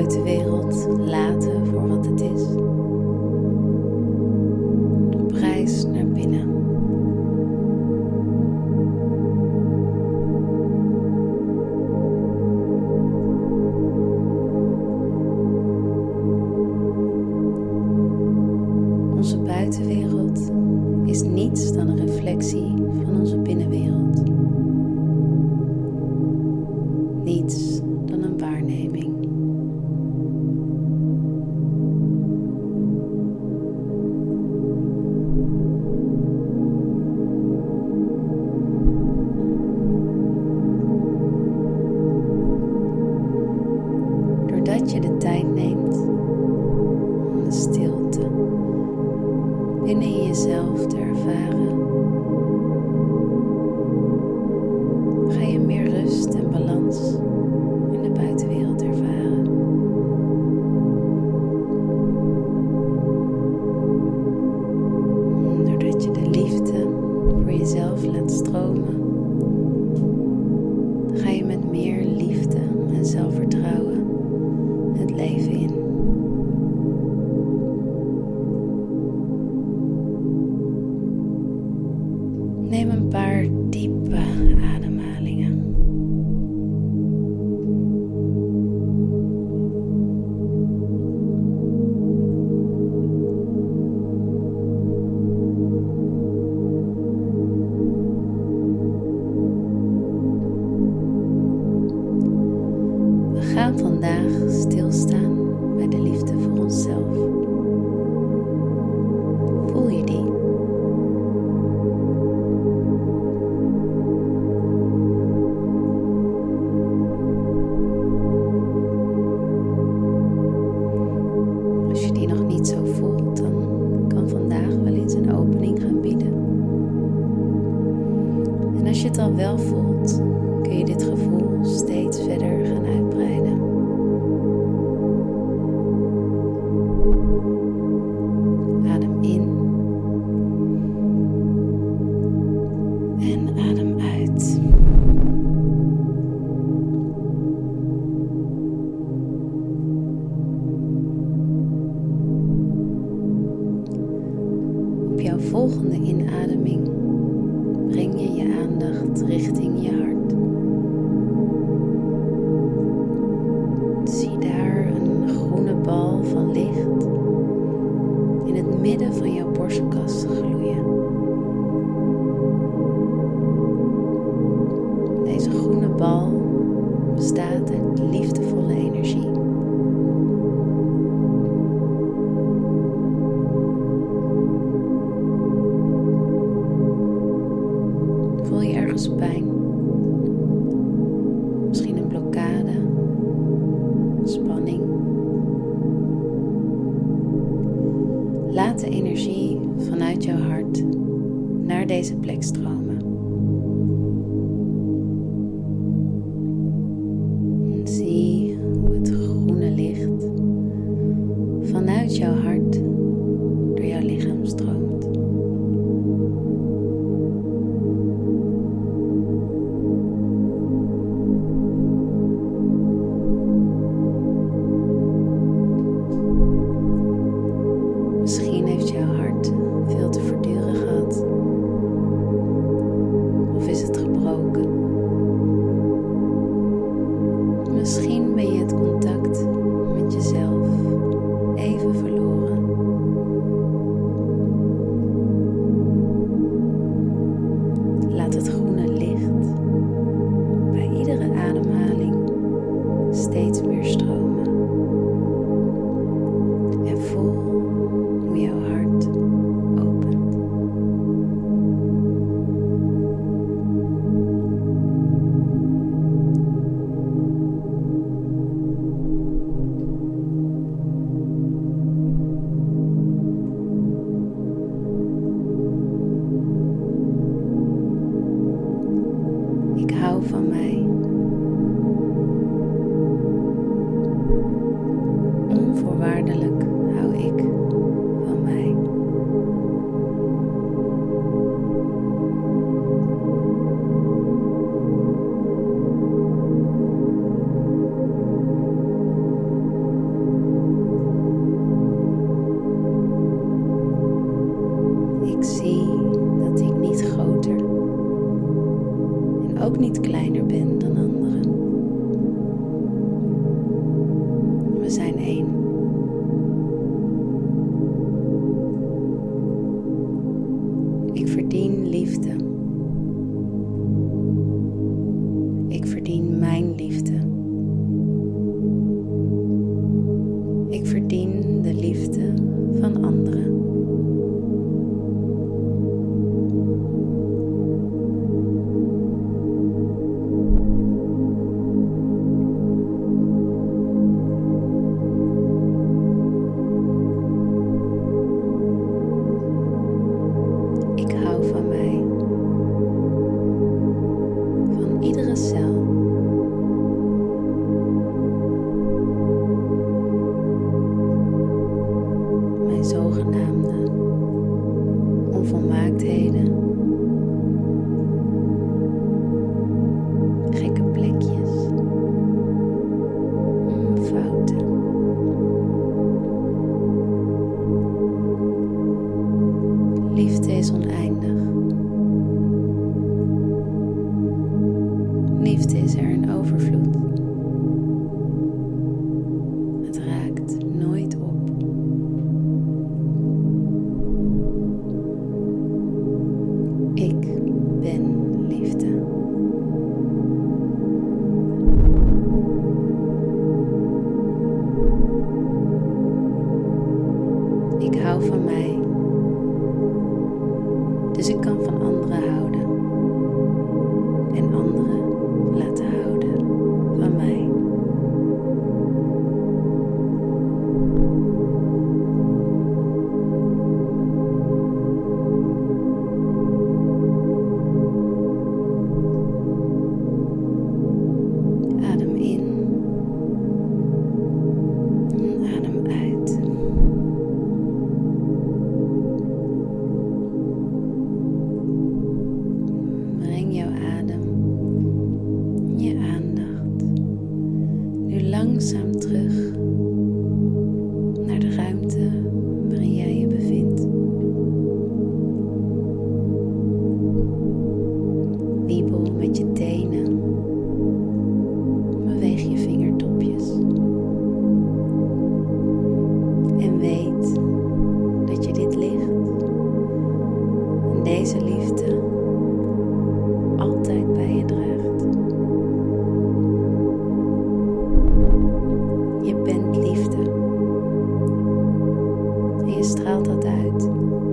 buitenwereld laten voor wat het is. Op reis naar binnen. Onze buitenwereld is niets dan een reflectie van onze binnenwereld. Niets dan een waarneming. Doordat je de tijd neemt om de stilte binnen jezelf te ervaren, ga je meer rust en balans in de buitenwereld ervaren. Doordat je de liefde voor jezelf laat stromen, ga je met meer liefde en zelfvertrouwen het leven in. Neem een paar diepe ademhalingen. We gaan vandaag stilstaan bij de liefde voor onszelf. Voel je die? Als je die nog niet zo voelt, dan kan vandaag wel eens een opening gaan bieden. En als je het al wel voelt, kun je dit gevoel steeds verder gaan uitbreiden. Adem in en adem uit. Op jouw volgende inademing breng je je aandacht richting je hart. Zie daar een groene bal van licht in het midden van jouw borstkas gloeien. Deze groene bal bestaat uit liefdevolle energie. Voel je ergens pijn? Misschien een blokkade, spanning. Laat de energie vanuit jouw hart naar deze plek stromen. Zie hoe het groene licht vanuit jouw hart door jouw lichaam stroomt. Misschien heeft jouw hart veel te verduren gehad. Of is het gebroken? Misschien ben je het contact met jezelf even verloren. Laat het groene licht bij iedere ademhaling steeds meer stromen. En voel hoe jouw hart opent. liefde. Ik verdien de liefde van anderen. Ik hou van mij, van iedere cel. Mijn zogenaamde onvolmaaktheden, gekke plekjes, fouten. Liefde is oneindig. Liefde is er in overvloed. Het raakt nooit op. Ik ben liefde. Ik hou van mij. Dus ik kan van anderen houden en anderen laten houden van mij. Adem in en adem uit. Breng jouw adem, je aandacht nu langzaam terug naar de ruimte waarin jij je bevindt. Wiebel met je tenen, beweeg je vingertopjes en weet dat je dit licht en deze liefde altijd bij je draagt. Je bent liefde en je straalt dat uit.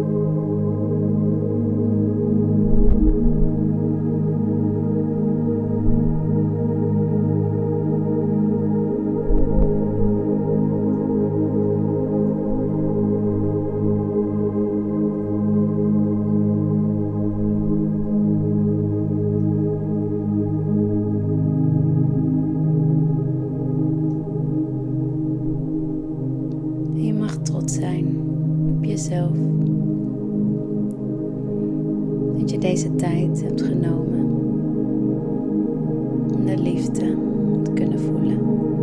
Je mag trots zijn op jezelf. Dat je deze tijd hebt genomen om de liefde te kunnen voelen.